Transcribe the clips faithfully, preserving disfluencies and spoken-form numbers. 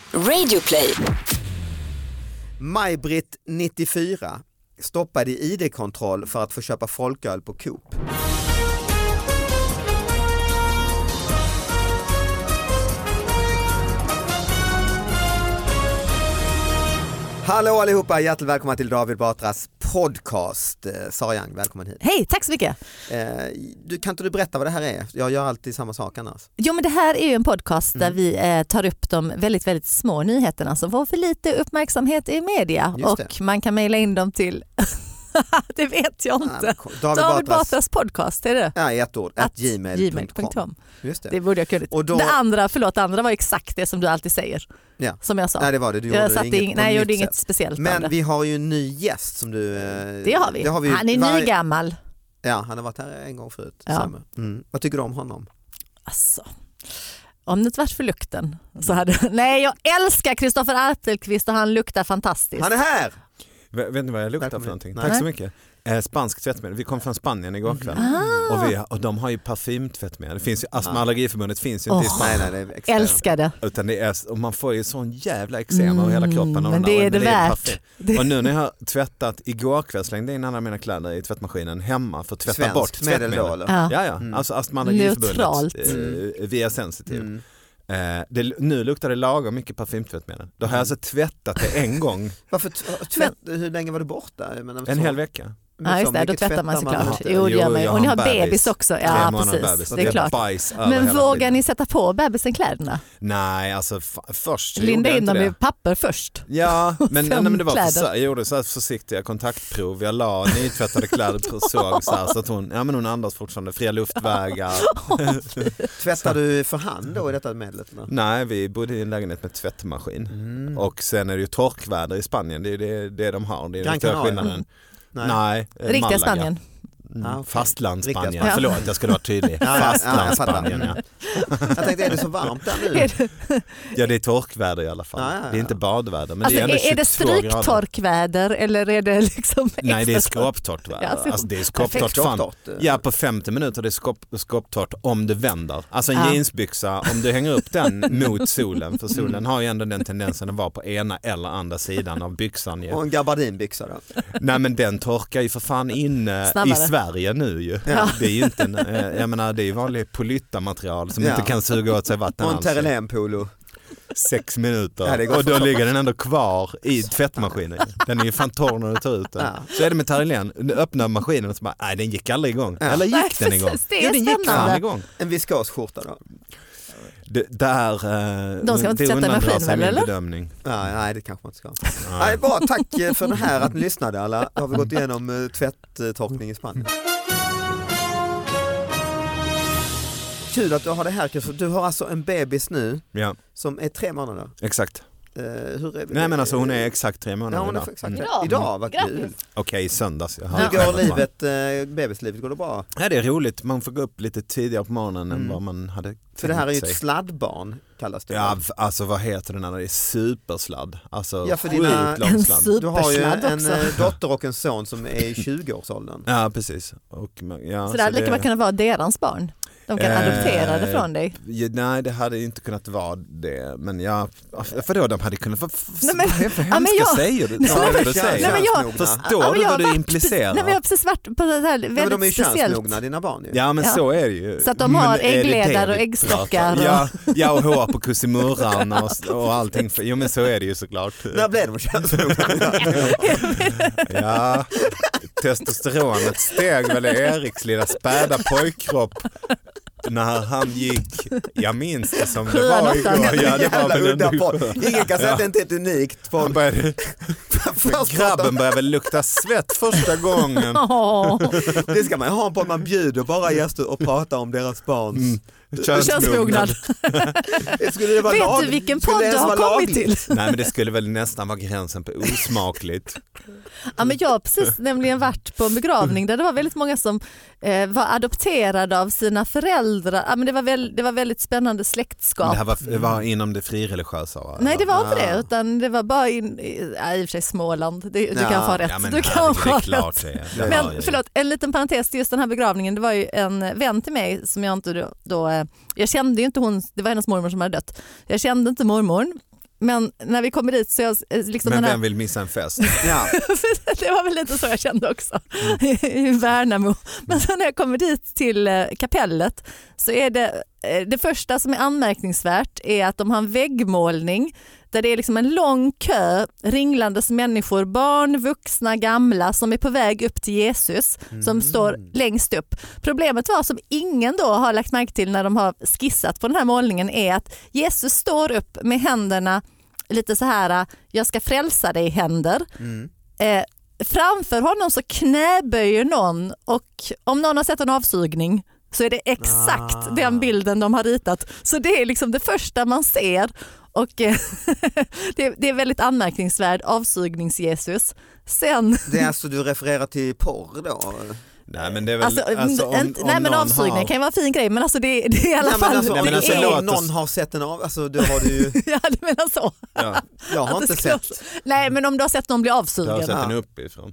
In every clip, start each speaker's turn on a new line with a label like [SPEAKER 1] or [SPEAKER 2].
[SPEAKER 1] Radioplay.
[SPEAKER 2] Maj-Britt nittiofyra stoppade i I D-kontroll för att få köpa folköl på Coop. Hallå allihopa, hjärtligt välkomna till David Batras podcast. Sara Young, välkommen hit.
[SPEAKER 3] Hej, tack så mycket.
[SPEAKER 2] Eh, du, kan inte du berätta vad det här är? Jag gör alltid samma sak annars.
[SPEAKER 3] Jo, men det här är ju en podcast
[SPEAKER 2] Mm.
[SPEAKER 3] där vi eh, tar upp de väldigt, väldigt små nyheterna som får för lite uppmärksamhet i media.
[SPEAKER 2] Just
[SPEAKER 3] Och
[SPEAKER 2] det.
[SPEAKER 3] man kan mejla in dem till... det vet jag inte.
[SPEAKER 2] Ja, David,
[SPEAKER 3] David
[SPEAKER 2] Batras,
[SPEAKER 3] Batras podcast, är det?
[SPEAKER 2] ja, ett ord, at gmail punkt com. Just det.
[SPEAKER 3] Det borde jag kunna.
[SPEAKER 2] Och då-
[SPEAKER 3] Det andra, förlåt, det andra var exakt det som du alltid säger.
[SPEAKER 2] Ja.
[SPEAKER 3] Som jag sa.
[SPEAKER 2] Nej, det var det. Du
[SPEAKER 3] jag
[SPEAKER 2] gjorde
[SPEAKER 3] satte
[SPEAKER 2] inget
[SPEAKER 3] ing-
[SPEAKER 2] på
[SPEAKER 3] nej, jag gjorde
[SPEAKER 2] nytt
[SPEAKER 3] inget
[SPEAKER 2] sätt.
[SPEAKER 3] speciellt av
[SPEAKER 2] Men
[SPEAKER 3] det.
[SPEAKER 2] vi har ju en ny gäst som du... eh,
[SPEAKER 3] Det har vi.
[SPEAKER 2] det har vi ju
[SPEAKER 3] Han är
[SPEAKER 2] varje-
[SPEAKER 3] nygammal.
[SPEAKER 2] Ja, han har varit här en gång förut.
[SPEAKER 3] Ja.
[SPEAKER 2] Samma. Mm. Vad tycker du om honom?
[SPEAKER 3] Alltså, om det inte varit för lukten så hade... Nej, jag älskar Kristoffer Appelqvist och han luktar fantastiskt.
[SPEAKER 2] Han är här!
[SPEAKER 4] Vet ni vad jag luktar
[SPEAKER 2] Välkommen.
[SPEAKER 4] för någonting?
[SPEAKER 2] Nej.
[SPEAKER 4] Tack så mycket. Eh, spansk tvättmedel. Vi kom från Spanien igår kväll.
[SPEAKER 3] Ah.
[SPEAKER 4] Och, vi, och de har ju parfymtvättmedel. Det finns ju, Astma- och
[SPEAKER 2] Ah.
[SPEAKER 4] allergiförbundet finns ju inte i
[SPEAKER 3] Åh.
[SPEAKER 4] Spanien.
[SPEAKER 2] Nej, nej, det är extremt.
[SPEAKER 3] Älskar det.
[SPEAKER 4] Utan det är, och man får ju sån jävla eksem över hela kroppen. av
[SPEAKER 3] men
[SPEAKER 4] den
[SPEAKER 3] det
[SPEAKER 4] där.
[SPEAKER 3] är det värt.
[SPEAKER 4] parfym.
[SPEAKER 3] Det-
[SPEAKER 4] Och nu när jag har tvättat, igår kväll slängde in alla mina kläder i tvättmaskinen hemma för att tvätta
[SPEAKER 2] Svensk
[SPEAKER 4] bort
[SPEAKER 2] medel då,
[SPEAKER 4] tvättmedel.
[SPEAKER 2] eller?
[SPEAKER 3] Ja.
[SPEAKER 4] Ja, ja.
[SPEAKER 2] Mm.
[SPEAKER 4] Alltså Astma- och allergiförbundet
[SPEAKER 3] Neutralt.
[SPEAKER 4] eh, via sensitiv.
[SPEAKER 2] Mm.
[SPEAKER 4] Eh, det, nu luktar det lagom mycket parfymtvättmedel. Då har jag alltså tvättat det en gång,
[SPEAKER 2] Varför t- tvätt, hur länge var du borta? Jag menar,
[SPEAKER 4] en
[SPEAKER 2] så-
[SPEAKER 4] hel vecka.
[SPEAKER 2] men
[SPEAKER 3] Ja,
[SPEAKER 2] så
[SPEAKER 3] just det, då
[SPEAKER 2] mycket
[SPEAKER 3] tvättar man såklart.
[SPEAKER 4] inte.
[SPEAKER 3] Jo, det
[SPEAKER 4] Jo,
[SPEAKER 3] gör man ju.
[SPEAKER 4] jag
[SPEAKER 3] Och ni
[SPEAKER 4] har
[SPEAKER 3] har
[SPEAKER 4] en
[SPEAKER 3] bebis
[SPEAKER 4] bebis.
[SPEAKER 3] också.
[SPEAKER 4] Tre
[SPEAKER 3] Ja,
[SPEAKER 4] månader
[SPEAKER 3] precis.
[SPEAKER 4] bebis.
[SPEAKER 3] Det är klart.
[SPEAKER 4] Bajs över
[SPEAKER 3] Men
[SPEAKER 4] hela
[SPEAKER 3] vågar
[SPEAKER 4] skiten.
[SPEAKER 3] ni sätta på bebisen kläderna?
[SPEAKER 4] Nej, alltså f- först så
[SPEAKER 3] Linda
[SPEAKER 4] gjorde jag
[SPEAKER 3] in
[SPEAKER 4] inte
[SPEAKER 3] dem
[SPEAKER 4] det.
[SPEAKER 3] i papper först.
[SPEAKER 4] Ja, men, nej, men det var
[SPEAKER 3] kläder.
[SPEAKER 4] för, så, jag gjorde så här försiktiga kontaktprov. Jag la nytvättade kläder på såg så, här, så att hon, ja men hon andas fortfarande, fria luftvägar.
[SPEAKER 2] Tvättar du för hand då i detta medlet? Eller?
[SPEAKER 4] Nej, vi bodde i en lägenhet med tvättmaskin.
[SPEAKER 2] Mm.
[SPEAKER 4] Och sen är det ju torkväder i Spanien, det är det, det de har. Det är
[SPEAKER 2] Gran
[SPEAKER 4] den stora
[SPEAKER 2] Canaria.
[SPEAKER 4] skillnaden.
[SPEAKER 2] Nej.
[SPEAKER 4] Nej, eh,
[SPEAKER 3] Riktiga
[SPEAKER 4] Malaga.
[SPEAKER 3] Spanien.
[SPEAKER 4] Mm.
[SPEAKER 2] Ah, okej.
[SPEAKER 4] Fastlandsspanien,
[SPEAKER 2] Riktiga
[SPEAKER 3] Spanien.
[SPEAKER 4] förlåt jag skulle vara tydlig.
[SPEAKER 2] Ja, ja, ja, jag
[SPEAKER 4] Fastlandsspanien,
[SPEAKER 2] fattar.
[SPEAKER 4] ja.
[SPEAKER 2] Jag tänkte, är det så varmt där nu?
[SPEAKER 3] Är det,
[SPEAKER 4] Ja, det är torkväder i alla fall.
[SPEAKER 2] Ja, ja, ja.
[SPEAKER 4] Det är inte badväder, men
[SPEAKER 3] alltså,
[SPEAKER 4] det är ändå
[SPEAKER 3] är, är det
[SPEAKER 4] tjugotvå grader.
[SPEAKER 3] stryktorkväder eller är det liksom
[SPEAKER 4] Nej, det är
[SPEAKER 3] extra torrt?
[SPEAKER 4] skåptorrt väder.
[SPEAKER 3] Ja, så-
[SPEAKER 4] Alltså, det är skåptorrt
[SPEAKER 2] Perfekt
[SPEAKER 4] fan.
[SPEAKER 2] skåptorrt.
[SPEAKER 4] Ja, på femtio minuter det är skåp, skåptorrt om det vänder. Alltså en
[SPEAKER 3] Ja.
[SPEAKER 4] jeansbyxa, om du hänger upp den mot solen, för solen har ju ändå den tendensen att vara på ena eller andra sidan av byxan. Ju.
[SPEAKER 2] Och en gabardinbyxa då?
[SPEAKER 4] Nej, men den torkar ju för fan inne i
[SPEAKER 3] Snabbare.
[SPEAKER 4] Sverige nu ju.
[SPEAKER 2] Ja.
[SPEAKER 4] Det är ju inte en, eh, jag menar, det är ju vanlig polyttamaterial som
[SPEAKER 2] Ja.
[SPEAKER 4] inte kan suga åt sig vatten
[SPEAKER 2] Och en
[SPEAKER 4] alls.
[SPEAKER 2] Terrenem-polo.
[SPEAKER 4] Sex minuter
[SPEAKER 2] Ja, det går
[SPEAKER 4] och då
[SPEAKER 2] fort.
[SPEAKER 4] ligger den ändå kvar i tvättmaskinen. Den är ju fan torr när du tar ut den.
[SPEAKER 2] Ja.
[SPEAKER 4] Så är det med Terrelén, du öppnar maskinen och så bara, nej den gick aldrig igång.
[SPEAKER 2] Ja.
[SPEAKER 4] Eller gick
[SPEAKER 3] Nej,
[SPEAKER 4] den igång?
[SPEAKER 3] precis, det är
[SPEAKER 4] jo, den gick
[SPEAKER 3] spännande.
[SPEAKER 4] fan igång.
[SPEAKER 2] En viskosskjorta då?
[SPEAKER 4] Det, där, eh,
[SPEAKER 3] De ska inte
[SPEAKER 4] det
[SPEAKER 3] sätta i
[SPEAKER 4] undandrar
[SPEAKER 3] maskin,
[SPEAKER 4] sig
[SPEAKER 3] väl,
[SPEAKER 4] min
[SPEAKER 3] eller?
[SPEAKER 4] bedömning.
[SPEAKER 2] Nej, nej, det kanske man inte ska.
[SPEAKER 4] Nej.
[SPEAKER 2] Nej, bra, tack för det här att ni lyssnade alla. Då har vi gått igenom uh, tvätttorkning i Spanien. Kul att du har det här, Christer. Du har alltså en bebis nu
[SPEAKER 4] Ja,
[SPEAKER 2] som är tre månader.
[SPEAKER 4] Exakt.
[SPEAKER 2] Uh, hur är
[SPEAKER 4] Nej men alltså hon är exakt tre månader
[SPEAKER 2] Ja, hon är
[SPEAKER 4] idag.
[SPEAKER 2] exakt
[SPEAKER 4] Mm.
[SPEAKER 2] idag. Idag, vad
[SPEAKER 3] Grattis.
[SPEAKER 2] kul.
[SPEAKER 4] Okej, i söndags. Jag har
[SPEAKER 2] Hur går
[SPEAKER 4] själv varit.
[SPEAKER 2] livet, uh, bebislivet, går det bra?
[SPEAKER 4] Ja, det är roligt, man får gå upp lite tidigare på morgonen
[SPEAKER 2] Mm.
[SPEAKER 4] än vad man hade
[SPEAKER 2] För det här är ju
[SPEAKER 4] tänkt
[SPEAKER 2] ett
[SPEAKER 4] sig.
[SPEAKER 2] sladdbarn, kallas det.
[SPEAKER 4] Ja, v- alltså vad heter det när det är supersladd? Alltså
[SPEAKER 2] Ja, för
[SPEAKER 4] sjukt
[SPEAKER 2] dina-
[SPEAKER 4] lång
[SPEAKER 3] En
[SPEAKER 4] sladd.
[SPEAKER 2] Du har ju
[SPEAKER 3] supersladd
[SPEAKER 2] en
[SPEAKER 3] också.
[SPEAKER 2] eh, dotter och en son som är i tjugoårsåldern.
[SPEAKER 4] Ja, precis. Och, ja,
[SPEAKER 3] Så det hade lika väl kunnat vara deras barn. De kan
[SPEAKER 4] Eh,
[SPEAKER 3] adoptera det från dig.
[SPEAKER 4] Ja, nej, det hade inte kunnat vara det. Men ja, för då de hade kunnat... För, för,
[SPEAKER 3] Nej, men-
[SPEAKER 4] vad är för
[SPEAKER 3] ja, men
[SPEAKER 4] hemska
[SPEAKER 3] jag-
[SPEAKER 4] säger du?
[SPEAKER 3] Nej,
[SPEAKER 4] Vad är det
[SPEAKER 2] men-
[SPEAKER 4] du säger?
[SPEAKER 2] Nej,
[SPEAKER 3] men jag-
[SPEAKER 2] könsmogna.
[SPEAKER 4] Förstår
[SPEAKER 3] Ja, men
[SPEAKER 4] du
[SPEAKER 3] jag
[SPEAKER 4] vad
[SPEAKER 3] har
[SPEAKER 4] du
[SPEAKER 3] varit
[SPEAKER 4] implicerar?
[SPEAKER 3] Precis, nej, men jag har precis varit på det här
[SPEAKER 2] Ja, men de är
[SPEAKER 3] väldigt
[SPEAKER 2] ju
[SPEAKER 3] speciellt.
[SPEAKER 2] könsmogna, dina barn ju.
[SPEAKER 4] Ja, men
[SPEAKER 3] Ja.
[SPEAKER 4] så är det ju.
[SPEAKER 3] Så att de
[SPEAKER 4] Men
[SPEAKER 3] har
[SPEAKER 4] är det
[SPEAKER 3] äggledare
[SPEAKER 4] det
[SPEAKER 3] och
[SPEAKER 4] vi
[SPEAKER 3] äggstockar
[SPEAKER 4] pratar?
[SPEAKER 3] och-
[SPEAKER 4] Ja, ja, och hår på kussimurran och, och allting. Jo, men så är det ju såklart.
[SPEAKER 2] När blev de könsmogna?
[SPEAKER 4] Ja, testosteronet steg väl i Eriks lilla späda pojkkropp när han gick, jag minns det som det
[SPEAKER 3] Sjuan,
[SPEAKER 4] var
[SPEAKER 3] åttan.
[SPEAKER 4] igår. Ja, det var
[SPEAKER 2] Jävla
[SPEAKER 4] väl
[SPEAKER 2] udda
[SPEAKER 4] en
[SPEAKER 2] podd. Ingen kan säga
[SPEAKER 4] Ja.
[SPEAKER 2] att det inte är ett unikt
[SPEAKER 4] Han
[SPEAKER 2] podd.
[SPEAKER 4] började,
[SPEAKER 2] Först
[SPEAKER 4] grabben började väl lukta svett första gången.
[SPEAKER 3] Åh,
[SPEAKER 2] Det ska man ha en podd, man bjuder bara gäster och pratar om deras barns.
[SPEAKER 4] Mm.
[SPEAKER 3] könsmognad.
[SPEAKER 2] Skulle det vara
[SPEAKER 3] Vet
[SPEAKER 2] lag-
[SPEAKER 3] du vilken
[SPEAKER 2] skulle
[SPEAKER 3] podd
[SPEAKER 2] det
[SPEAKER 3] du
[SPEAKER 2] ens
[SPEAKER 3] har
[SPEAKER 2] vara
[SPEAKER 3] kommit
[SPEAKER 2] lagligt?
[SPEAKER 3] till?
[SPEAKER 4] Nej, men det skulle väl nästan vara gränsen på osmakligt.
[SPEAKER 3] Ja, men jag har precis nämligen varit på en begravning där det var väldigt många som eh, var adopterade av sina föräldrar. Ja, men det, var väl, det var väldigt spännande släktskap.
[SPEAKER 4] Det här var, det var inom det frireligiösa, va?
[SPEAKER 3] Nej, det var inte
[SPEAKER 2] Ah.
[SPEAKER 3] det, utan det var bara in, i, ja, i och för sig Småland. Det, du
[SPEAKER 2] Ja.
[SPEAKER 3] kan få rätt.
[SPEAKER 4] Ja, men
[SPEAKER 3] du kan
[SPEAKER 4] herregud, det
[SPEAKER 3] få
[SPEAKER 4] är klart
[SPEAKER 3] rätt.
[SPEAKER 4] det är. Det hör
[SPEAKER 3] Men
[SPEAKER 4] jag.
[SPEAKER 3] förlåt, en liten parentes till just den här begravningen. Det var ju en vän till mig som jag inte då, då eh, jag kände ju inte hon, det var hennes mormor som hade dött. Jag kände inte mormor. Men när vi kommer dit så jag liksom
[SPEAKER 4] Men
[SPEAKER 3] den här...
[SPEAKER 4] vem vill missa en fest?
[SPEAKER 2] Ja.
[SPEAKER 3] Det var väl lite så jag kände också i Värnamo. Men sen när jag kommer dit till kapellet så är det det första som är anmärkningsvärt är att de har en väggmålning där det är liksom en lång kö ringlandes människor, barn, vuxna, gamla som är på väg upp till Jesus mm. som står längst upp. Problemet var som ingen då har lagt märke till när de har skissat på den här målningen är att Jesus står upp med händerna lite så här, jag ska frälsa dig händer. Mm. Eh, framför honom så knäböjer någon och om någon har sett en avsugning så är det exakt ah. den bilden de har ritat. Så det är liksom det första man ser och det, det är väldigt anmärkningsvärt avsugningsjesus. Sen...
[SPEAKER 2] Det är alltså du refererar till porr då?
[SPEAKER 4] Nej men det är väl
[SPEAKER 3] alltså,
[SPEAKER 4] alltså, om,
[SPEAKER 3] en, nej,
[SPEAKER 4] om
[SPEAKER 3] men avsugning har... kan ju vara en fin grej men alltså det, det är i alla
[SPEAKER 2] nej,
[SPEAKER 3] fall
[SPEAKER 2] alltså,
[SPEAKER 3] det
[SPEAKER 2] nej, men alltså,
[SPEAKER 3] är...
[SPEAKER 2] någon, någon har sett en av alltså du har du ju
[SPEAKER 3] ja du menar så
[SPEAKER 2] ja. Jag har inte sett också...
[SPEAKER 3] nej men om du har sett någon bli avsugen
[SPEAKER 4] jag har sett
[SPEAKER 2] ja.
[SPEAKER 4] den uppifrån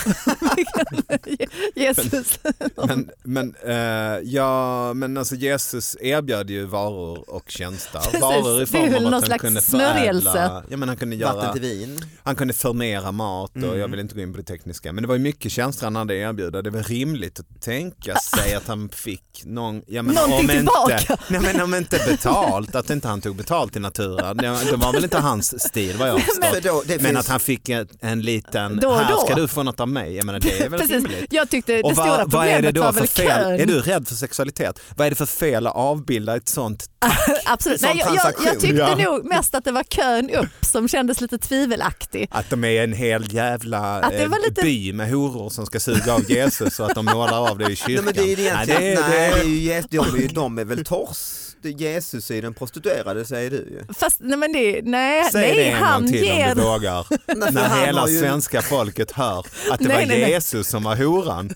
[SPEAKER 3] Jesus.
[SPEAKER 4] Men, men, uh, ja, men alltså Jesus erbjöd ju varor och tjänster.
[SPEAKER 3] Precis,
[SPEAKER 4] varor i form av
[SPEAKER 3] någon
[SPEAKER 4] att han kunde förädla, ja, men han kunde göra,
[SPEAKER 2] vatten till vin.
[SPEAKER 4] Han kunde förmera mat och mm. jag vill inte gå in på det tekniska. Men det var ju mycket tjänster han hade erbjuda. Det var rimligt att tänka sig att han fick någon, ja, men
[SPEAKER 3] någonting
[SPEAKER 4] om
[SPEAKER 3] tillbaka.
[SPEAKER 4] Inte, nej, men om inte betalt, att inte han tog betalt i naturen. Det, det var väl inte hans stil vad jag förstår. Men, men finns... att han fick en, en liten,
[SPEAKER 3] då,
[SPEAKER 4] här
[SPEAKER 3] då.
[SPEAKER 4] ska du få något av mig. Jag menar, det är väl rimligt.
[SPEAKER 3] Jag tyckte det
[SPEAKER 4] och
[SPEAKER 3] stora
[SPEAKER 4] vad,
[SPEAKER 3] problemet
[SPEAKER 4] vad är det då
[SPEAKER 3] var
[SPEAKER 4] för
[SPEAKER 3] väl
[SPEAKER 4] fel?
[SPEAKER 3] kön.
[SPEAKER 4] Är du rädd för sexualitet? Vad är det för fel att avbilda ett sånt
[SPEAKER 3] absolut. Nej, jag, jag, jag tyckte ja. nog mest att det var kön upp som kändes lite tvivelaktig.
[SPEAKER 4] Att de är en hel jävla
[SPEAKER 3] eh, lite...
[SPEAKER 4] by med horor som ska suga av Jesus och att de målar av det i kyrkan.
[SPEAKER 2] Nej, men det är
[SPEAKER 4] nej, det är,
[SPEAKER 2] nej,
[SPEAKER 4] det är...
[SPEAKER 2] det är ju, de, är, de är väl tors. Jesus är den prostituerade säger du ju.
[SPEAKER 3] Fast nej men det nej,
[SPEAKER 4] Säg
[SPEAKER 3] nej
[SPEAKER 4] det en
[SPEAKER 3] han
[SPEAKER 4] gång till
[SPEAKER 3] ger...
[SPEAKER 4] om du vågar. När hela ju... svenska folket hör att det nej, var nej, Jesus nej. som var horan.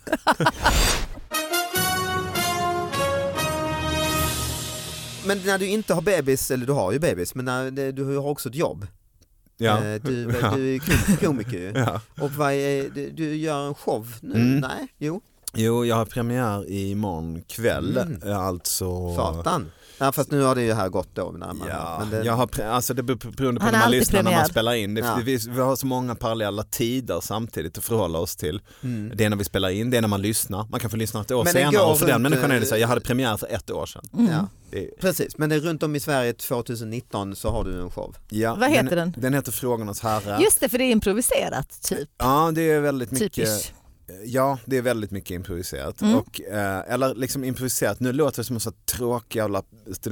[SPEAKER 2] Men när du inte har bebis, eller du har ju bebis, men när du har också ett jobb.
[SPEAKER 4] Ja.
[SPEAKER 2] Du, du är komiker ju. Ja. Och vad är, du, du gör en show nu? Mm. Nej, jo.
[SPEAKER 4] Jo, jag har premiär imorgon kväll. Mm. Alltså...
[SPEAKER 2] Satan. Ja, fast nu har det ju här gått då. Närmare.
[SPEAKER 4] Ja,
[SPEAKER 2] men det...
[SPEAKER 4] jag har, alltså det beror på när man lyssnar premiär. När man spelar in. Det, ja. det, vi, vi har så många parallella tider samtidigt att förhålla oss till. Mm. Det är när vi spelar in, det är när man lyssnar. Man kan få lyssna ett år men senare och för runt, den människan är det så här, jag hade premiär för ett år sedan.
[SPEAKER 3] Mm.
[SPEAKER 2] Ja. Det... Precis, men det är runt om i Sverige tjugonitton så har du en show.
[SPEAKER 4] Ja,
[SPEAKER 3] vad heter den?
[SPEAKER 4] Den heter Frågornas herre.
[SPEAKER 3] Just det, för det är improviserat typ.
[SPEAKER 4] Ja, det är väldigt mycket...
[SPEAKER 3] Typisk.
[SPEAKER 4] Ja, det är väldigt mycket improviserat.
[SPEAKER 3] Mm.
[SPEAKER 4] Och, eh, eller liksom improviserat. Nu låter det som en så tråkig jävla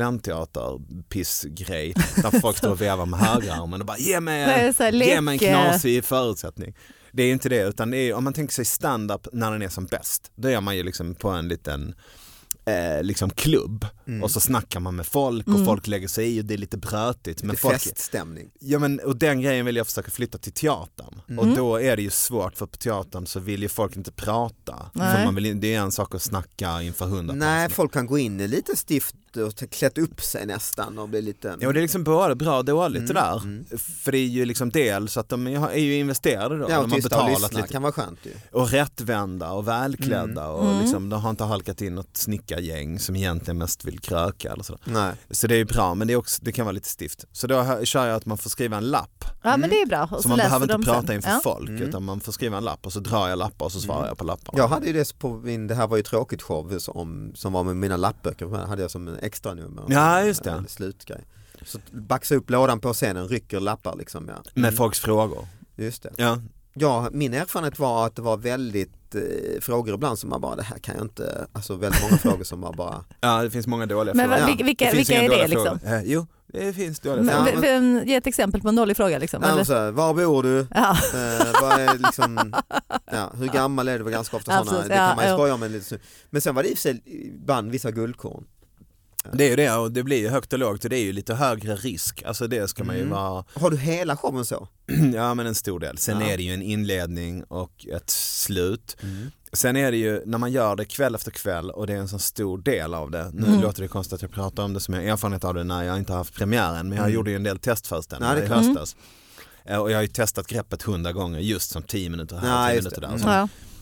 [SPEAKER 4] studentteater-pissgrej där folk står och vevar med högerarmen och bara ge mig,
[SPEAKER 3] här,
[SPEAKER 4] ge mig en knasig förutsättning. Det är inte det, utan det är, om man tänker sig stand-up när den är som bäst, då är man ju liksom på en liten eh, liksom klubb mm. och så snackar man med folk och mm. folk lägger sig i och det är lite brötigt.
[SPEAKER 2] Men
[SPEAKER 4] folk,
[SPEAKER 2] feststämning.
[SPEAKER 4] Ja, men, och den grejen vill jag försöka flytta till teatern. Mm. Och då är det ju svårt för på teatern så vill ju folk inte prata. För man vill, det är en sak att snacka inför hundra.
[SPEAKER 2] Nej,
[SPEAKER 4] personer.
[SPEAKER 2] Folk kan gå in i lite stift och klätt upp sig nästan och bli lite...
[SPEAKER 4] Ja, det är liksom både bra och dåligt
[SPEAKER 2] mm.
[SPEAKER 4] det där.
[SPEAKER 2] Mm.
[SPEAKER 4] För det är ju liksom del så att de är ju investerade då.
[SPEAKER 2] Ja, och
[SPEAKER 4] de har
[SPEAKER 2] betalat och
[SPEAKER 4] lite.
[SPEAKER 2] kan vara skönt ju.
[SPEAKER 4] Och rättvända och välklädda
[SPEAKER 2] mm.
[SPEAKER 4] och liksom, de har inte halkat in något snickargäng som egentligen mest vill kröka eller sådär.
[SPEAKER 2] Nej.
[SPEAKER 4] Så det är ju bra, men det, är också, det kan vara lite stift. Så då kör jag att man får skriva en lapp.
[SPEAKER 3] Ja, men det är bra. Och
[SPEAKER 4] så,
[SPEAKER 3] så
[SPEAKER 4] man behöver inte prata
[SPEAKER 3] sen.
[SPEAKER 4] inför
[SPEAKER 3] ja.
[SPEAKER 4] folk
[SPEAKER 2] mm.
[SPEAKER 4] utan man får skriva en lapp och så drar jag lappar och så svarar mm. jag på lappar.
[SPEAKER 2] Jag hade ju det på min, det här var ju tråkigt show som, som var med mina lappböcker, hade jag som en extra nummer.
[SPEAKER 4] Ja, just det.
[SPEAKER 2] Slutgrej. Så baxa upp lådan på scenen, rycker lappar liksom. Ja. Mm.
[SPEAKER 4] Med folks frågor.
[SPEAKER 2] Just det.
[SPEAKER 4] Ja.
[SPEAKER 2] Ja, min erfarenhet var att det var väldigt eh, frågor ibland som man bara, det här kan jag inte, alltså väldigt många frågor som man bara...
[SPEAKER 4] Ja, det finns många dåliga
[SPEAKER 3] men,
[SPEAKER 4] frågor.
[SPEAKER 3] Men vilka, vilka, vilka är det liksom?
[SPEAKER 4] Eh, jo, det finns dåliga
[SPEAKER 3] men,
[SPEAKER 4] frågor.
[SPEAKER 3] Men, ge ett exempel på en dålig fråga liksom.
[SPEAKER 2] Ja, så, var bor du?
[SPEAKER 3] Ja.
[SPEAKER 2] Eh, vad är liksom, ja, hur gammal är du? Det var ganska ofta sådana,
[SPEAKER 3] Absolut,
[SPEAKER 2] det kan
[SPEAKER 3] ja,
[SPEAKER 2] man ju
[SPEAKER 3] ja.
[SPEAKER 2] skoja om en liten. Men sen var det i och för sig band vissa guldkorn.
[SPEAKER 4] Det är ju det, och det blir ju högt och lågt och det är ju lite högre risk. Alltså det ska man ju
[SPEAKER 2] mm.
[SPEAKER 4] vara...
[SPEAKER 2] Har du hela showen så?
[SPEAKER 4] Ja, men en stor del. Sen ja. är det ju en inledning och ett slut.
[SPEAKER 2] Mm.
[SPEAKER 4] Sen är det ju när man gör det kväll efter kväll och det är en så stor del av det. Nu
[SPEAKER 3] mm.
[SPEAKER 4] låter det konstigt att jag pratar om det som jag har erfarenhet av det när jag inte har haft premiären. Men jag mm. gjorde ju en del testföreställningar
[SPEAKER 2] ja,
[SPEAKER 4] i höstas. Mm. Och jag har ju testat greppet hundra gånger just som tio minuter här,
[SPEAKER 2] ja,
[SPEAKER 4] tio minuter där.
[SPEAKER 3] Ja.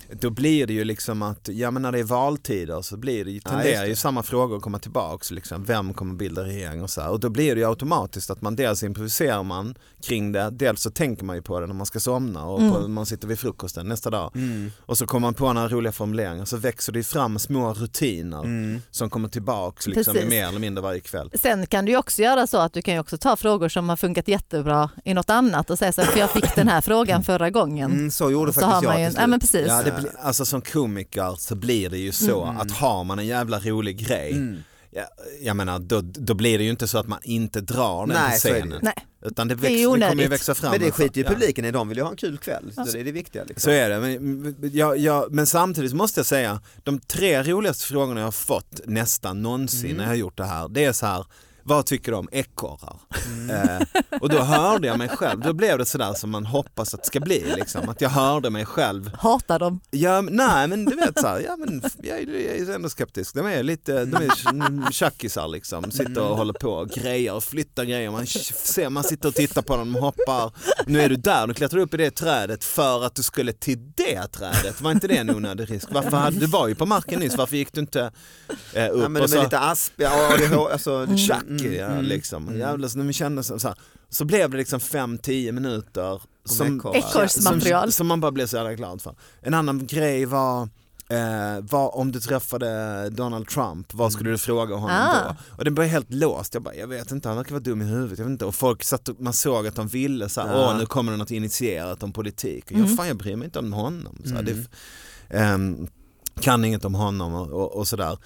[SPEAKER 4] då blir det ju liksom att, ja men när det är valtider så blir det ju, tenderar ja, det. ju samma frågor att komma tillbaka, liksom, vem kommer bilda regering och så här. Och då blir det ju automatiskt att man dels improviserar man kring det, dels så tänker man ju på det när man ska somna och mm. på, man sitter vid frukosten nästa dag. Mm. Och så kommer man på några roliga formuleringar, så växer det fram små rutiner mm. som kommer tillbaka liksom, i mer eller mindre varje kväll.
[SPEAKER 3] Sen kan du ju också göra så att du kan ju också ta frågor som har funkat jättebra i något annat och säga så, för jag fick den här frågan förra gången.
[SPEAKER 2] Mm, så gjorde
[SPEAKER 3] så
[SPEAKER 2] faktiskt jag.
[SPEAKER 3] Ju, ja, men precis.
[SPEAKER 4] Ja, det blir, alltså som komiker så blir det ju så mm. att har man en jävla rolig grej, mm. jag, jag menar, då, då blir det ju inte så att man inte drar den
[SPEAKER 2] Nej,
[SPEAKER 4] på scenen.
[SPEAKER 3] Nej.
[SPEAKER 4] Utan det, växt, det, det kommer ju växa fram.
[SPEAKER 2] Men det skiter ju publiken i, de vill ju ha en kul kväll. Så det är det viktiga. Liksom.
[SPEAKER 4] Så är det. Men, jag, jag, men samtidigt måste jag säga, de tre roligaste frågorna jag har fått nästan någonsin mm. när jag har gjort det här, det är så här: vad tycker du om ekorrar? Mm. Eh, och då hörde jag mig själv. Då blev det sådär som man hoppas att det ska bli. Liksom. Att jag hörde mig själv.
[SPEAKER 3] Hatar dem?
[SPEAKER 4] Ja, nej, men du vet så här, ja, men jag, jag är ändå skeptisk. De är lite, de är tjackisar liksom. Sitter och håller på och grejer och flyttar grejer. Man ser, man sitter och tittar på dem och hoppar. Nu är du där, du klättrar upp i det trädet för att du skulle till det trädet. Var inte det en onödig risk? Varför hade, du var ju på marken nyss, varför gick du inte eh, upp?
[SPEAKER 2] Ja, men
[SPEAKER 4] och så,
[SPEAKER 2] är lite asp, ja, det, alltså,
[SPEAKER 4] tjack. Ja, liksom. mm. Jävlar, så, när vi kände så, så, här, så blev det liksom fem till tio minuter som,
[SPEAKER 3] Ekorrsmaterial
[SPEAKER 4] som, som man bara blev så jävla glad för. En annan grej var, eh, var om du träffade Donald Trump, vad skulle du fråga honom ah. då? Och det blev helt låst. Jag bara, jag vet inte, han verkar vara dum i huvudet. Jag vet inte. Och folk satt, man såg att de ville så här, ja. åh, nu kommer det något initierat om politik. Och
[SPEAKER 3] mm.
[SPEAKER 4] jag, fan, jag bryr mig inte om honom. Så här,
[SPEAKER 2] mm.
[SPEAKER 4] det, eh, kan inget om honom och, och, och sådär.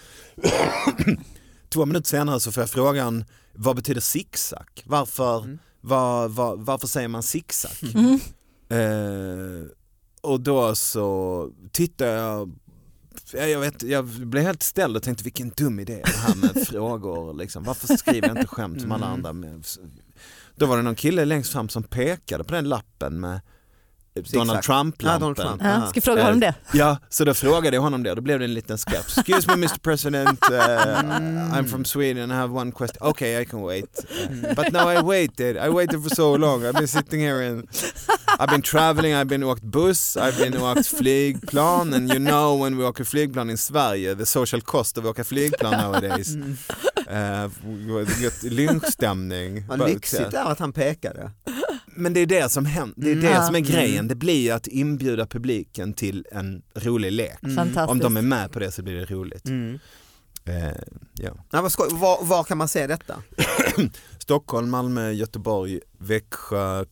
[SPEAKER 4] Två minuter senare så får jag frågan, vad betyder zigzag? Varför, mm. var, var, varför säger man zigzag?
[SPEAKER 3] Mm.
[SPEAKER 4] Eh, och då så tittar jag, jag, vet, jag blev helt ställd och tänkte vilken dum idé det här med frågor. Liksom. Varför skriver jag inte skämt som alla andra? Med? Då var det någon kille längst fram som pekade på den lappen med Donald Trump-lampen.
[SPEAKER 2] Ja, Trump.
[SPEAKER 3] Ja, ska jag fråga honom det?
[SPEAKER 4] Ja, så då frågade jag honom det. Då blev det en liten sketch. Excuse me mister President, uh,
[SPEAKER 2] mm.
[SPEAKER 4] I'm from Sweden and I have one question. Okay, I can wait. Uh, but now I waited. I waited for so long. I've been sitting here and I've been traveling, I've been åkt buss, I've been åkt flygplan, and you know when we åker flygplan i Sverige, the social cost of att åka flygplan nowadays. Mm. Uh, lynchstämning.
[SPEAKER 2] Vad lyxigt är att han pekade.
[SPEAKER 4] Men det är det som händer, det är det mm. som är grejen. Det blir att inbjuda publiken till en rolig lek.
[SPEAKER 3] Mm.
[SPEAKER 4] Om de är med på det så blir det roligt. Mm. Eh, ja.
[SPEAKER 2] Ja, vad skoj, var, var kan man se detta?
[SPEAKER 4] Stockholm, Malmö, Göteborg, Växjö,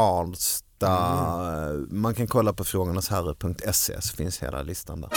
[SPEAKER 4] Karlstad. Mm. Man kan kolla på frågornasherre punkt se, så finns hela listan där.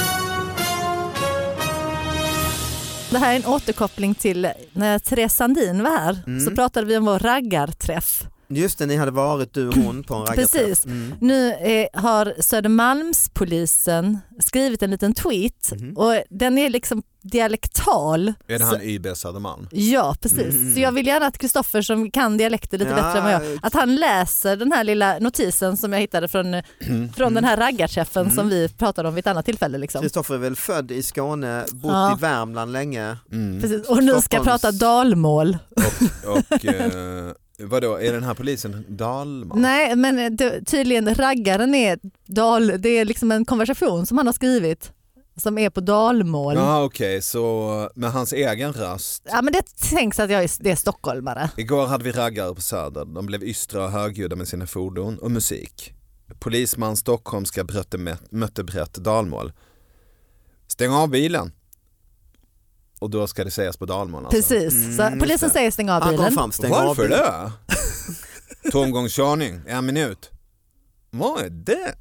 [SPEAKER 3] Det här är en återkoppling till när Therese Sandin var här. Mm. Så pratade vi om vår raggarträff.
[SPEAKER 2] Just det, ni hade varit du och hon på en raggarträff.
[SPEAKER 3] Precis. Mm. Nu eh, har Södermalmspolisen skrivit en liten tweet mm. och den är liksom dialektal.
[SPEAKER 4] Är det han Y B Södermalm?
[SPEAKER 3] Ja, precis. Mm. Så jag vill gärna att Kristoffer som kan dialekter lite ja. bättre än vad jag, att han läser den här lilla notisen som jag hittade från, mm. från den här raggarträffen mm. som vi pratade om vid ett annat tillfälle. Liksom.
[SPEAKER 2] Kristoffer är väl född i Skåne, bott ja. i Värmland länge.
[SPEAKER 3] Mm. Precis. Och nu ska Stockholms... prata dalmål.
[SPEAKER 4] Och... och eh... Vadå, är den här polisen dalman?
[SPEAKER 3] Nej, men det, tydligen raggaren är dal, det är liksom en konversation som han har skrivit som är på dalmål.
[SPEAKER 4] Ja, okej, okay. Så med hans egen röst.
[SPEAKER 3] Ja, men det tänks att jag är, det är stockholmare.
[SPEAKER 4] Igår hade vi raggare på Söder. De blev ystra och högljudda med sina fordon och musik. Polisman stockholmska brötte mötte brett dalmål. Stäng av bilen. Och då ska det sägas på dalmål. Alltså.
[SPEAKER 3] Precis, så mm, polisen säger stäng av bilen.
[SPEAKER 2] Fram, stäng
[SPEAKER 4] Varför
[SPEAKER 2] av
[SPEAKER 4] det? Tomgångskörning, en minut. Vad är det?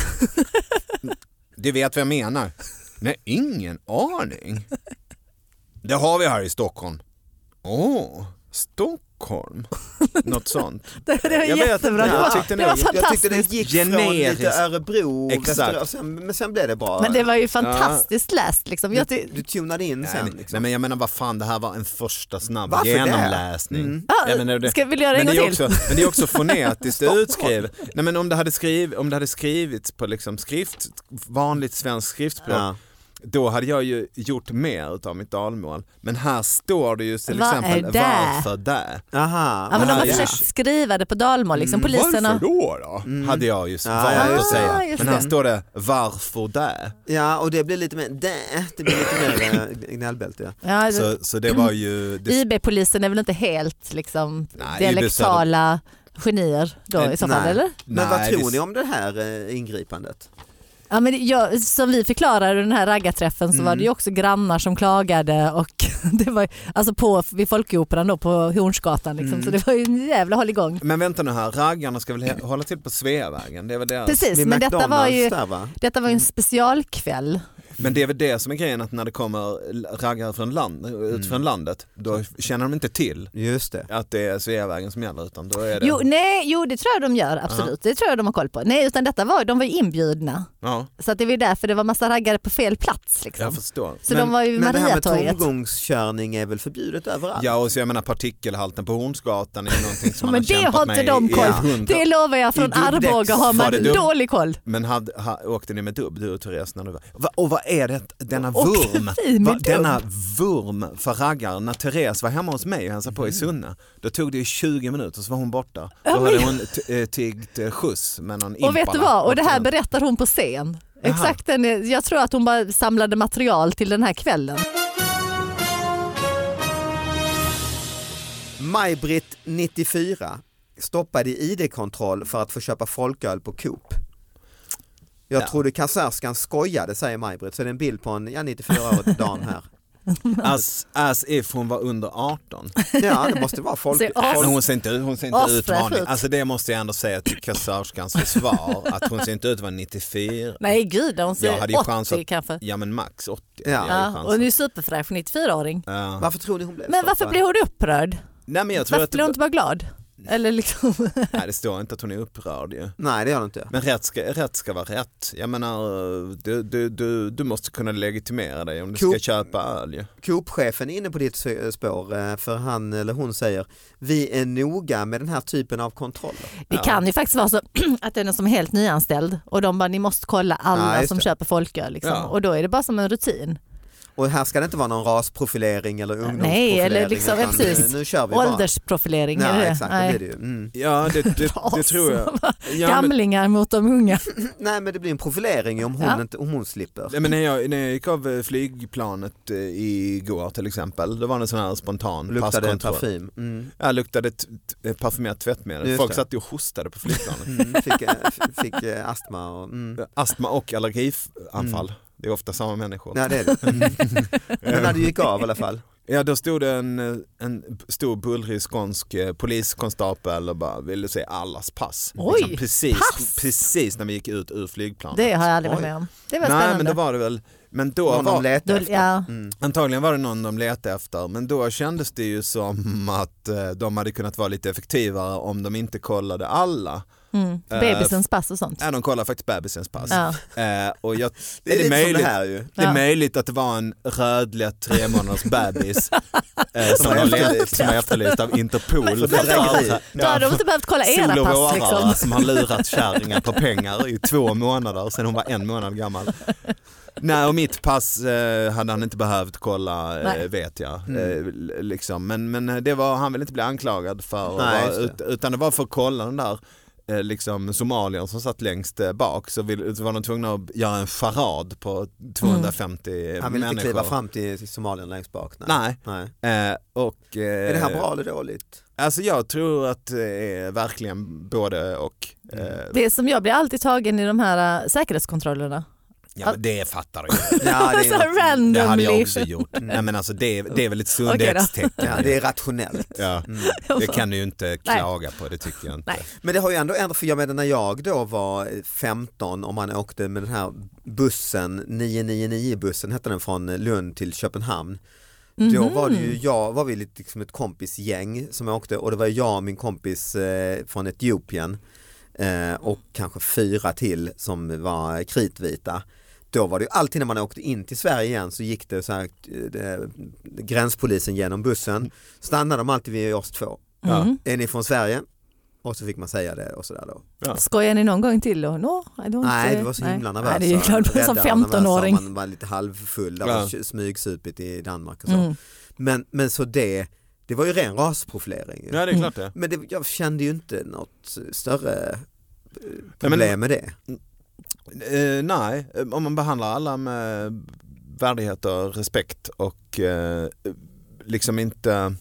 [SPEAKER 4] Du vet vad jag menar. Nej, ingen aning. Det har vi här i Stockholm. Åh, oh, Stockholm. Något sånt.
[SPEAKER 3] Det, det var jag jättebra.
[SPEAKER 2] Vet,
[SPEAKER 3] jag,
[SPEAKER 2] tyckte
[SPEAKER 3] det var fantastiskt.
[SPEAKER 2] Jag tyckte det gick
[SPEAKER 4] generiskt
[SPEAKER 2] från lite Örebro,
[SPEAKER 4] exakt.
[SPEAKER 2] Sen, men sen blev det bra.
[SPEAKER 3] Men det var ju fantastiskt ja. läst. Liksom. Jag
[SPEAKER 2] du, du tunade in sen.
[SPEAKER 4] Nej,
[SPEAKER 2] liksom.
[SPEAKER 4] nej, men jag menar, vad fan, det här var en första snabb
[SPEAKER 2] Varför
[SPEAKER 4] genomläsning.
[SPEAKER 3] Mm. Ah,
[SPEAKER 4] menar, det,
[SPEAKER 3] ska vi göra en gång till?
[SPEAKER 4] Också, men det är också fonetiskt utskrivet. Nej, men om det hade, skriv, om det hade skrivits på liksom skrift, vanligt svenskt skriftspråk. Ja. då hade jag ju gjort mer utav mitt dalmål. Men här står det ju till
[SPEAKER 3] Vad
[SPEAKER 4] exempel
[SPEAKER 3] är det?
[SPEAKER 4] varför det.
[SPEAKER 2] Aha.
[SPEAKER 3] Ja, men de har
[SPEAKER 4] Ja.
[SPEAKER 3] försökt skriva det på dalmål. Liksom.
[SPEAKER 2] Mm,
[SPEAKER 3] Poliserna...
[SPEAKER 4] Varför då då?
[SPEAKER 2] Mm.
[SPEAKER 4] Hade jag ju
[SPEAKER 2] Ja,
[SPEAKER 4] valt
[SPEAKER 2] ja,
[SPEAKER 4] att
[SPEAKER 2] just
[SPEAKER 4] säga.
[SPEAKER 3] det. Just
[SPEAKER 4] Men här
[SPEAKER 3] det.
[SPEAKER 4] står det varför det.
[SPEAKER 2] Ja, och det blir lite mer, det, det blir lite mer äh, gnällbälte. Ja.
[SPEAKER 3] Ja,
[SPEAKER 4] Så, så det var ju... Det,
[SPEAKER 3] I B-polisen är väl inte helt liksom,
[SPEAKER 4] Nej,
[SPEAKER 3] dialektala genier då
[SPEAKER 2] Eh,
[SPEAKER 3] i så fall,
[SPEAKER 2] nej.
[SPEAKER 3] eller?
[SPEAKER 2] Men vad
[SPEAKER 4] Nej,
[SPEAKER 2] tror
[SPEAKER 4] det-
[SPEAKER 2] ni om det här äh, ingripandet?
[SPEAKER 3] Ja, men jag, som vi förklarade den här raggarträffen så
[SPEAKER 2] Mm.
[SPEAKER 3] var det ju också grannar som klagade och det var alltså på, vid Folkoperan då på Hornsgatan liksom,
[SPEAKER 2] Mm.
[SPEAKER 3] så det var ju en jävla hålligång.
[SPEAKER 4] Men vänta nu här, raggarna ska väl he- hålla till på Sveavägen? Det är väl deras...
[SPEAKER 3] Precis,
[SPEAKER 2] Vid
[SPEAKER 3] men detta var ju
[SPEAKER 2] McDonald's där, va?
[SPEAKER 3] detta var ju en specialkväll.
[SPEAKER 4] Men det är väl det som är grejen, att när det kommer raggare från, land, ut från landet, då känner de inte till
[SPEAKER 2] Just det.
[SPEAKER 4] att det är Sveavägen som gäller, utan då är det...
[SPEAKER 3] Jo, nej, jo, det tror jag de gör, absolut. Det tror jag de har koll på. Nej, utan detta var, de var ju inbjudna.
[SPEAKER 4] Ja,
[SPEAKER 3] Så att det var ju därför det var massa raggare på fel plats. Liksom.
[SPEAKER 4] jag förstår.
[SPEAKER 3] Så
[SPEAKER 2] men,
[SPEAKER 3] de var ju
[SPEAKER 2] men det här med
[SPEAKER 3] Mariatorget.
[SPEAKER 2] tomgångskörning är väl förbjudet överallt?
[SPEAKER 4] Ja, och så jag menar partikelhalten på Hornsgatan är ju någonting som man
[SPEAKER 3] Men
[SPEAKER 4] har
[SPEAKER 3] det
[SPEAKER 4] kämpat
[SPEAKER 3] har inte
[SPEAKER 4] med
[SPEAKER 3] de
[SPEAKER 4] i,
[SPEAKER 3] koll
[SPEAKER 4] i
[SPEAKER 3] på.
[SPEAKER 4] hundra...
[SPEAKER 3] Det lovar jag, från
[SPEAKER 2] I dubbdäck
[SPEAKER 3] Arboga har
[SPEAKER 4] var
[SPEAKER 3] man
[SPEAKER 4] det dubb-
[SPEAKER 3] dålig koll.
[SPEAKER 4] Men hade, ha, åkte ni med dubb, du och Therese, när du var... Va, och vad är det, denna
[SPEAKER 3] Åkte
[SPEAKER 4] vurm?
[SPEAKER 3] vi med
[SPEAKER 4] Va,
[SPEAKER 3] dubb?
[SPEAKER 4] denna vurm för raggare. När Therese var hemma hos mig och hälsade på
[SPEAKER 3] Mm.
[SPEAKER 4] i Sunne, då tog det ju tjugo minuter så var hon borta.
[SPEAKER 3] Ja,
[SPEAKER 4] Då
[SPEAKER 3] men-
[SPEAKER 4] hade hon t- eh, tiggt eh, skjuts med någon
[SPEAKER 3] Och vet du
[SPEAKER 4] Impala.
[SPEAKER 3] vad? Och det här
[SPEAKER 4] Och-
[SPEAKER 3] berättar hon på scen.
[SPEAKER 4] Jaha.
[SPEAKER 3] Exakt, den är, jag tror att hon bara samlade material till den här kvällen.
[SPEAKER 2] Maj-Britt nittiofyra stoppade i I D-kontroll för att få köpa folköl på Coop. Jag
[SPEAKER 4] Ja.
[SPEAKER 2] trodde kassörskan skojade, säger Maj-Britt, så det är en bild på en ja, nittiofyra-årig dam här.
[SPEAKER 4] As, as if hon var under arton.
[SPEAKER 2] Ja, det måste vara folk.
[SPEAKER 3] Ser as-
[SPEAKER 4] Men hon ser inte, hon ser inte
[SPEAKER 3] Asfräsch
[SPEAKER 4] ut vanlig.
[SPEAKER 3] ut.
[SPEAKER 4] Alltså det måste jag ändå säga till kassörskans försvar, att hon ser inte ut att vara nittiofyra.
[SPEAKER 3] Nej gud, hon
[SPEAKER 4] Jag hade
[SPEAKER 3] ser
[SPEAKER 4] ju
[SPEAKER 3] åttio
[SPEAKER 4] chans att-
[SPEAKER 3] kanske.
[SPEAKER 4] Ja, men max åttio.
[SPEAKER 2] Ja.
[SPEAKER 4] Jag hade ju
[SPEAKER 3] Ja,
[SPEAKER 4] chans
[SPEAKER 3] och hon är
[SPEAKER 4] att-
[SPEAKER 3] ju superfräsch, nittiofyra-åring.
[SPEAKER 4] Ja.
[SPEAKER 2] Varför tror ni hon blev
[SPEAKER 3] Men varför
[SPEAKER 2] stoppad?
[SPEAKER 3] blir hon upprörd?
[SPEAKER 4] Nej, men jag tror
[SPEAKER 3] Varför
[SPEAKER 4] att
[SPEAKER 3] blir hon inte bara glad? Eller liksom...
[SPEAKER 4] Nej, det står inte att hon är upprörd ju.
[SPEAKER 2] Nej, det gör hon inte.
[SPEAKER 4] Men rätt ska, rätt ska vara rätt. Jag menar, du, du, du, du måste kunna legitimera dig om du
[SPEAKER 2] Coop-
[SPEAKER 4] ska köpa öl ju.
[SPEAKER 2] Coop-chefen är inne på ditt spår, eh, för han eller hon säger vi är noga med den här typen av kontroller.
[SPEAKER 3] Det
[SPEAKER 4] Ja.
[SPEAKER 3] kan ju faktiskt vara så att det är någon som är helt nyanställd och de bara, ni måste kolla
[SPEAKER 2] Ja,
[SPEAKER 3] alla
[SPEAKER 2] just
[SPEAKER 3] som
[SPEAKER 2] det.
[SPEAKER 3] köper folköl. Liksom.
[SPEAKER 4] Ja.
[SPEAKER 3] Och då är det bara som en rutin.
[SPEAKER 2] Och här ska det inte vara någon rasprofilering eller ungdomsprofilering.
[SPEAKER 3] Nej, eller liksom,
[SPEAKER 2] utan,
[SPEAKER 3] precis.
[SPEAKER 2] eh, nu kör vi bara.
[SPEAKER 3] Åldersprofilering. är
[SPEAKER 2] Ja,
[SPEAKER 3] det?
[SPEAKER 2] exakt, det
[SPEAKER 3] Nej.
[SPEAKER 2] blir det ju. Mm.
[SPEAKER 4] Ja, det, det, det tror jag. Ja, men,
[SPEAKER 3] Gamlingar mot de unga.
[SPEAKER 2] Nej, men det blir en profilering om hon,
[SPEAKER 3] Ja.
[SPEAKER 2] inte, om hon slipper.
[SPEAKER 4] nej, men när, jag, när jag gick av eh, flygplanet eh, igår till exempel, då var det en sån här spontan
[SPEAKER 2] Luktade en
[SPEAKER 4] passkontroll.
[SPEAKER 2] parfym. Mm.
[SPEAKER 4] Ja, luktade t- t- parfymerat tvättmedel.
[SPEAKER 2] Just
[SPEAKER 4] Folk
[SPEAKER 2] det.
[SPEAKER 4] satt ju och hostade på flygplanet.
[SPEAKER 2] Mm. Fick, eh, f- fick eh, astma och... Mm.
[SPEAKER 4] Astma och allergianfall. Det är ofta samma människor.
[SPEAKER 2] Ja, det är det. Mm. Men när du gick av i alla fall.
[SPEAKER 4] Ja, då stod det en, en stor bullrig skånsk eh, poliskonstapel och bara ville se allas pass.
[SPEAKER 3] Oj,
[SPEAKER 4] Liksom precis,
[SPEAKER 3] pass?
[SPEAKER 4] precis när vi gick ut ur flygplanet.
[SPEAKER 3] Det har jag aldrig varit
[SPEAKER 2] Oj.
[SPEAKER 3] med om. Det var
[SPEAKER 4] Nej,
[SPEAKER 3] spännande.
[SPEAKER 4] men då var det väl, men då
[SPEAKER 2] Någon de
[SPEAKER 4] var,
[SPEAKER 2] letade
[SPEAKER 3] Då,
[SPEAKER 2] efter.
[SPEAKER 3] ja.
[SPEAKER 2] Mm.
[SPEAKER 4] antagligen var det någon de letade efter, men då kändes det ju som att eh, de hade kunnat vara lite effektivare om de inte kollade alla.
[SPEAKER 3] Mm.
[SPEAKER 4] Eh,
[SPEAKER 3] Bebisens pass och sånt.
[SPEAKER 4] Ja, de kollar faktiskt bebisens pass.
[SPEAKER 3] Ja.
[SPEAKER 4] Eh, och jag,
[SPEAKER 2] Det är lite
[SPEAKER 4] möjligt,
[SPEAKER 2] som det här ju.
[SPEAKER 4] det är
[SPEAKER 3] Ja.
[SPEAKER 4] möjligt att det var en rödlätt tre månaders bebis eh, som,
[SPEAKER 2] har
[SPEAKER 4] var let,
[SPEAKER 2] efterlyst.
[SPEAKER 4] som var efterlyst av Interpol.
[SPEAKER 2] För bedrägeri.
[SPEAKER 3] Då hade de inte behövt kolla era
[SPEAKER 4] Sol och
[SPEAKER 3] pass.
[SPEAKER 4] rårare
[SPEAKER 3] Liksom.
[SPEAKER 4] som har lurat kärringar på pengar i två månader sedan hon var en månad gammal. Nej, och mitt pass eh, hade han inte behövt kolla, eh,
[SPEAKER 3] Nej.
[SPEAKER 4] vet jag.
[SPEAKER 2] Mm.
[SPEAKER 4] Eh, l- liksom. Men, men det var, han ville inte bli anklagad för,
[SPEAKER 2] Nej,
[SPEAKER 4] var,
[SPEAKER 2] just det.
[SPEAKER 4] ut, utan det var för att kolla den där eh, liksom somalier som satt längst eh, bak, så, vill, så var de tvungna att göra en charad på tvåhundrafemtio
[SPEAKER 2] Mm. Han vill inte
[SPEAKER 4] människor.
[SPEAKER 2] kliva fram till, till Somalien längst bak. Nej.
[SPEAKER 4] Nej.
[SPEAKER 2] Nej.
[SPEAKER 4] Eh, och, eh,
[SPEAKER 2] Är det här bra eller dåligt?
[SPEAKER 4] Alltså jag tror att det är verkligen både och. Eh,
[SPEAKER 3] Det är som jag blir alltid tagen i de här äh, säkerhetskontrollerna.
[SPEAKER 4] ja, men det fattar du.
[SPEAKER 2] Ja, det
[SPEAKER 3] Så
[SPEAKER 2] är, något,
[SPEAKER 3] randomly.
[SPEAKER 4] Det hade jag också gjort. Nej, men alltså det, det är väl ett sundhetstecken.
[SPEAKER 2] ja, det är rationellt.
[SPEAKER 4] Ja,
[SPEAKER 2] Mm.
[SPEAKER 4] det kan du ju inte klaga på, det tycker jag inte.
[SPEAKER 3] Nej.
[SPEAKER 2] Men det har ju ändå ändrat, för jag menar när jag då var femton och man åkte med den här bussen, nio nio nio-bussen hette den, från Lund till Köpenhamn. Då
[SPEAKER 3] Mhm.
[SPEAKER 2] var det ju jag, var vi lite liksom ett kompisgäng som åkte, och det var jag och min kompis eh, från Etiopien eh, och kanske fyra till som var kritvita. Då var det ju alltid när man åkte in till Sverige igen så gick det så här, eh, gränspolisen genom bussen, stannade de alltid vid oss två.
[SPEAKER 3] Mm.
[SPEAKER 2] Är ni från Sverige? Och så fick man säga det och sådär då.
[SPEAKER 3] Ja. Skojar ni någon gång till då? No,
[SPEAKER 2] Nej, det var så himla nervös.
[SPEAKER 3] Nej, det är ju klart, som femtonåring.
[SPEAKER 2] Man var lite halvfull, där
[SPEAKER 4] ja.
[SPEAKER 2] var smygsupit i Danmark och så.
[SPEAKER 3] Mm.
[SPEAKER 2] Men, men så det, det var ju ren rasprofilering.
[SPEAKER 4] Ja, det är klart det.
[SPEAKER 2] Men det, jag kände ju inte något större problem nej, men, med det.
[SPEAKER 4] Eh, nej, om man behandlar alla med värdighet och respekt och eh, liksom inte...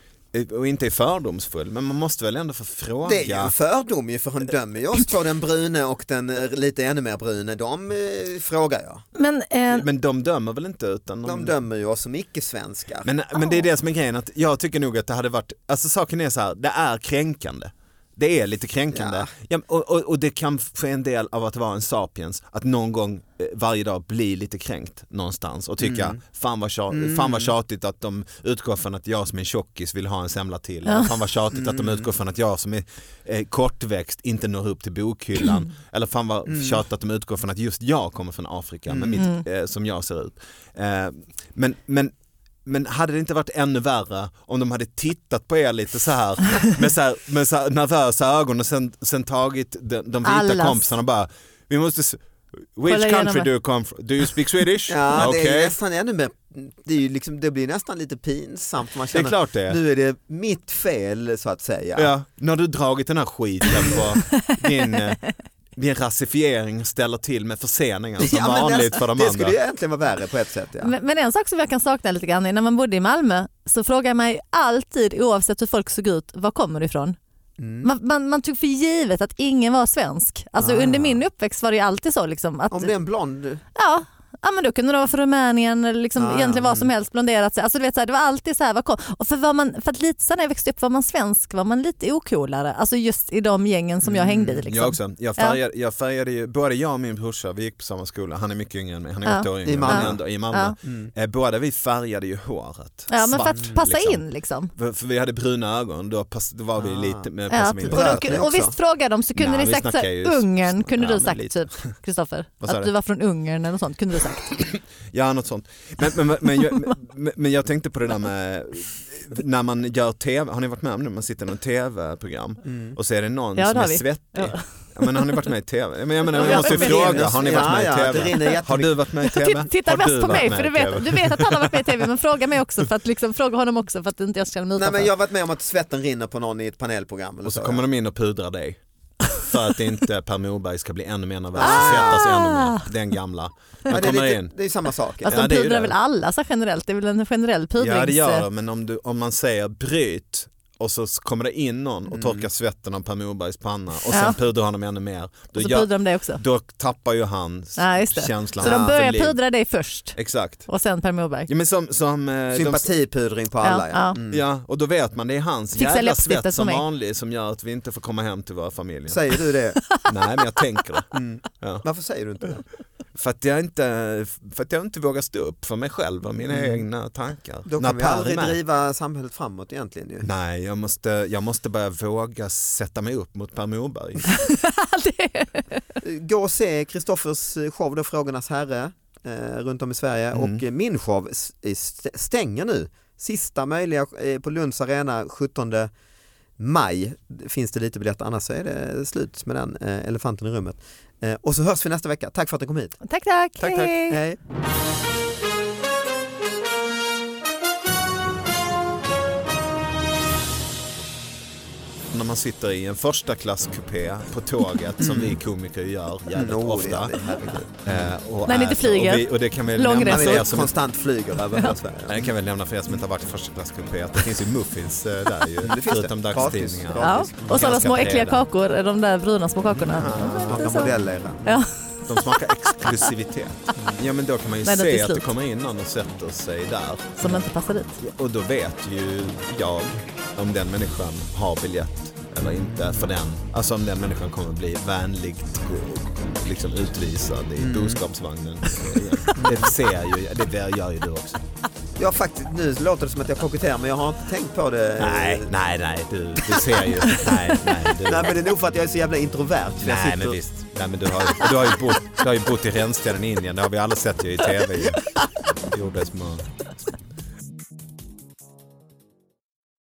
[SPEAKER 4] och inte är fördomsfull, men man måste väl ändå få fråga.
[SPEAKER 2] Det är ju en fördom ju, för hon dömer ju oss två, den brune och den lite ännu mer brune, de eh, frågar jag.
[SPEAKER 3] Men, eh...
[SPEAKER 4] men de dömer väl inte utan de,
[SPEAKER 2] de dömer ju oss som icke-svenskar.
[SPEAKER 4] Men, men det är det som är grejen, att jag tycker nog att det hade varit, alltså saken är så här, det är kränkande. Det är lite kränkande. Ja. Ja, och, och, och det kan få en del av att vara en sapiens, att någon gång eh, varje dag bli lite kränkt någonstans och tycka mm. fan, vad tjat, mm. fan vad tjatigt att de utgår från att jag som är tjockis vill ha en semla till. Ja. Fan vad tjatigt mm. att de utgår från att jag som är eh, kortväxt inte når upp till bokhyllan. Mm. Eller fan vad mm. tjatigt att de utgår från att just jag kommer från Afrika mm. med mitt, eh, som jag ser ut. Eh, men, men Men hade det inte varit ännu värre om de hade tittat på er lite så här med så här, med så här nervösa ögon och sen, sen tagit de, de vita Allas. kompisarna och bara, vi måste, which country do you come from? Do you speak Swedish?
[SPEAKER 2] Ja,
[SPEAKER 4] okay.
[SPEAKER 2] Det är nästan ännu mer, det, är ju liksom, det blir nästan lite pinsamt. Man känner,
[SPEAKER 4] det är klart det.
[SPEAKER 2] Nu är det mitt fel så att säga.
[SPEAKER 4] Ja, när du dragit den här skiten på din... din rasifiering ställer till med förseningar som ja, vanligt
[SPEAKER 2] det,
[SPEAKER 4] för de
[SPEAKER 2] det
[SPEAKER 4] andra.
[SPEAKER 2] Det skulle ju egentligen vara värre på ett sätt. Ja.
[SPEAKER 3] Men, men en sak som jag kan sakna lite grann är när man bodde i Malmö så frågar jag mig alltid, oavsett hur folk såg ut, var kommer du ifrån? Mm. Man, man, man tog för givet att ingen var svensk. Alltså ah. under min uppväxt var det ju alltid så. Liksom, att,
[SPEAKER 2] om det är en blond...
[SPEAKER 3] Ja. Ja, men då kunde de vara från Rumänien eller liksom ah, egentligen vad som helst blonderat sig. Alltså du vet så här, det var alltid så här, vad kom. Och för var man, för att lite så när jag växte upp var man svensk, var man lite ocoolare. Alltså just i de gängen som jag hängde i liksom.
[SPEAKER 4] Jag också. Jag färgade, ja. jag färgade ju, både jag och min brorsa, vi gick på samma skola. Han är mycket yngre än mig, han är ja. åtta år yngre.
[SPEAKER 2] I Malmö.
[SPEAKER 4] Ändå, i Malmö. Ja. Mm. Eh, båda vi färgade ju håret.
[SPEAKER 3] Ja, men
[SPEAKER 4] svart,
[SPEAKER 3] för att passa
[SPEAKER 4] liksom.
[SPEAKER 3] in liksom.
[SPEAKER 4] För, för vi hade bruna ögon, då, pass, då var vi ah. lite med
[SPEAKER 3] ja,
[SPEAKER 4] passa in.
[SPEAKER 3] Och, då, och visst frågade de så kunde
[SPEAKER 4] Nej,
[SPEAKER 3] ni sagt så här, Ungern, kunde ja, du sagt lite. Typ, Kristoffer, att du var från Ungern eller något sånt, kunde du sagt.
[SPEAKER 4] Ja, något sånt. Men, men, men, jag, men, men jag tänkte på det där med när man gör tv, har ni varit med om det? Man sitter i någon tv-program mm. och så är det någon ja, som är svettig. Ja. Ja, men har ni varit med i tv? Men jag, menar, jag måste ju fråga, har ni varit med
[SPEAKER 2] ja,
[SPEAKER 4] i tv?
[SPEAKER 2] Ja,
[SPEAKER 4] har du varit med i tv?
[SPEAKER 3] Titta mest på mig, för du vet, du vet att han har varit med i tv, men fråga mig också, för att liksom, fråga honom också, för att inte jag känner mig utanför.
[SPEAKER 2] Nej, men jag har varit med om att svetten rinner på någon i ett panelprogram. Eller
[SPEAKER 4] och så,
[SPEAKER 2] så
[SPEAKER 4] kommer
[SPEAKER 2] ja.
[SPEAKER 4] de in och pudrar dig. För att inte Per Morberg ska bli ännu mer nervös. Ah! Svettas ännu mer. Den gamla.
[SPEAKER 2] Ja, det, är lite, det är samma sak.
[SPEAKER 3] Alltså
[SPEAKER 4] ja,
[SPEAKER 3] de pudrar väl alla så generellt. Det är väl en generell pudrings...
[SPEAKER 4] Ja, det gör det. Men om, du, om man säger bryt och så kommer det in någon och torkar svetten av Per Morbergs panna och sen ja. pudrar han dem ännu mer. Då,
[SPEAKER 3] och så pudrar de det också.
[SPEAKER 4] Då tappar ju han
[SPEAKER 3] ja,
[SPEAKER 4] känslan.
[SPEAKER 3] Så de börjar pudra dig först.
[SPEAKER 4] Exakt.
[SPEAKER 3] Och sen Per Morberg.
[SPEAKER 4] Ja, men som, som, eh,
[SPEAKER 2] sympatipudring på alla.
[SPEAKER 3] Ja,
[SPEAKER 2] ja.
[SPEAKER 4] Mm. ja, och då vet man det är hans
[SPEAKER 3] Fixa
[SPEAKER 4] jävla svett som vanligt som gör att vi inte får komma hem till våra familjer.
[SPEAKER 2] Säger du det?
[SPEAKER 4] Nej, men jag tänker det. Mm.
[SPEAKER 2] Ja. Varför säger du inte det?
[SPEAKER 4] För att jag inte, för att jag inte vågar stå upp för mig själv och mina mm. egna tankar.
[SPEAKER 2] Då kan vi aldrig driva samhället framåt egentligen ju.
[SPEAKER 4] Nej, jag måste, jag måste börja våga sätta mig upp mot Per Morberg.
[SPEAKER 2] Gå och se Kristoffers show då, Frågornas herre eh, runt om i Sverige mm. och min show stänger nu. Sista möjliga eh, på Lunds arena sjuttonde maj finns det lite biljetter, annars så är det slut med den eh, elefanten i rummet. Eh, och så hörs vi nästa vecka. Tack för att du kom hit.
[SPEAKER 3] Tack, tack.
[SPEAKER 2] Tack, tack. Hej. Hej.
[SPEAKER 4] När man sitter i en första klasskupé på tåget mm. som vi komiker gör jävligt no, ofta.
[SPEAKER 3] Det är eh, och när ni inte flyger.
[SPEAKER 4] Och, vi, och det kan vi nämna för er som
[SPEAKER 2] konstant flyger över hela Sverige.
[SPEAKER 4] Det kan vi nämna för er som inte har varit i första klasskupé att det finns ju muffins eh, där ju. Det finns förutom det. Dagstidningar.
[SPEAKER 3] Ja. Och sådana små äckliga kakor, de där bruna små kakorna.
[SPEAKER 2] Ja, smakar modeller.
[SPEAKER 3] Ja.
[SPEAKER 4] De smakar exklusivitet. Ja, men då kan man ju Nej, se att det kommer in någon och sätter sig där.
[SPEAKER 3] Som inte passar dit.
[SPEAKER 4] Och då vet ju jag om den människan har biljett eller inte för den. Alltså om den människan kommer bli vänligt liksom utvisad i mm. boskapsvagnen. Det ser ju, det gör ju du också.
[SPEAKER 2] Jag faktiskt, nu låter det som att jag koketterar, men jag har inte tänkt på det.
[SPEAKER 4] Nej, nej, nej, du, du ser ju. Nej, nej, du.
[SPEAKER 2] Nej, men det är nog för att jag är så jävla introvert.
[SPEAKER 4] Nej, sitter... men visst. Nej, men du har, du har ju bott, du har ju bott i Rännstenen i Indien, det har vi alla sett ju i tv. Gjorde små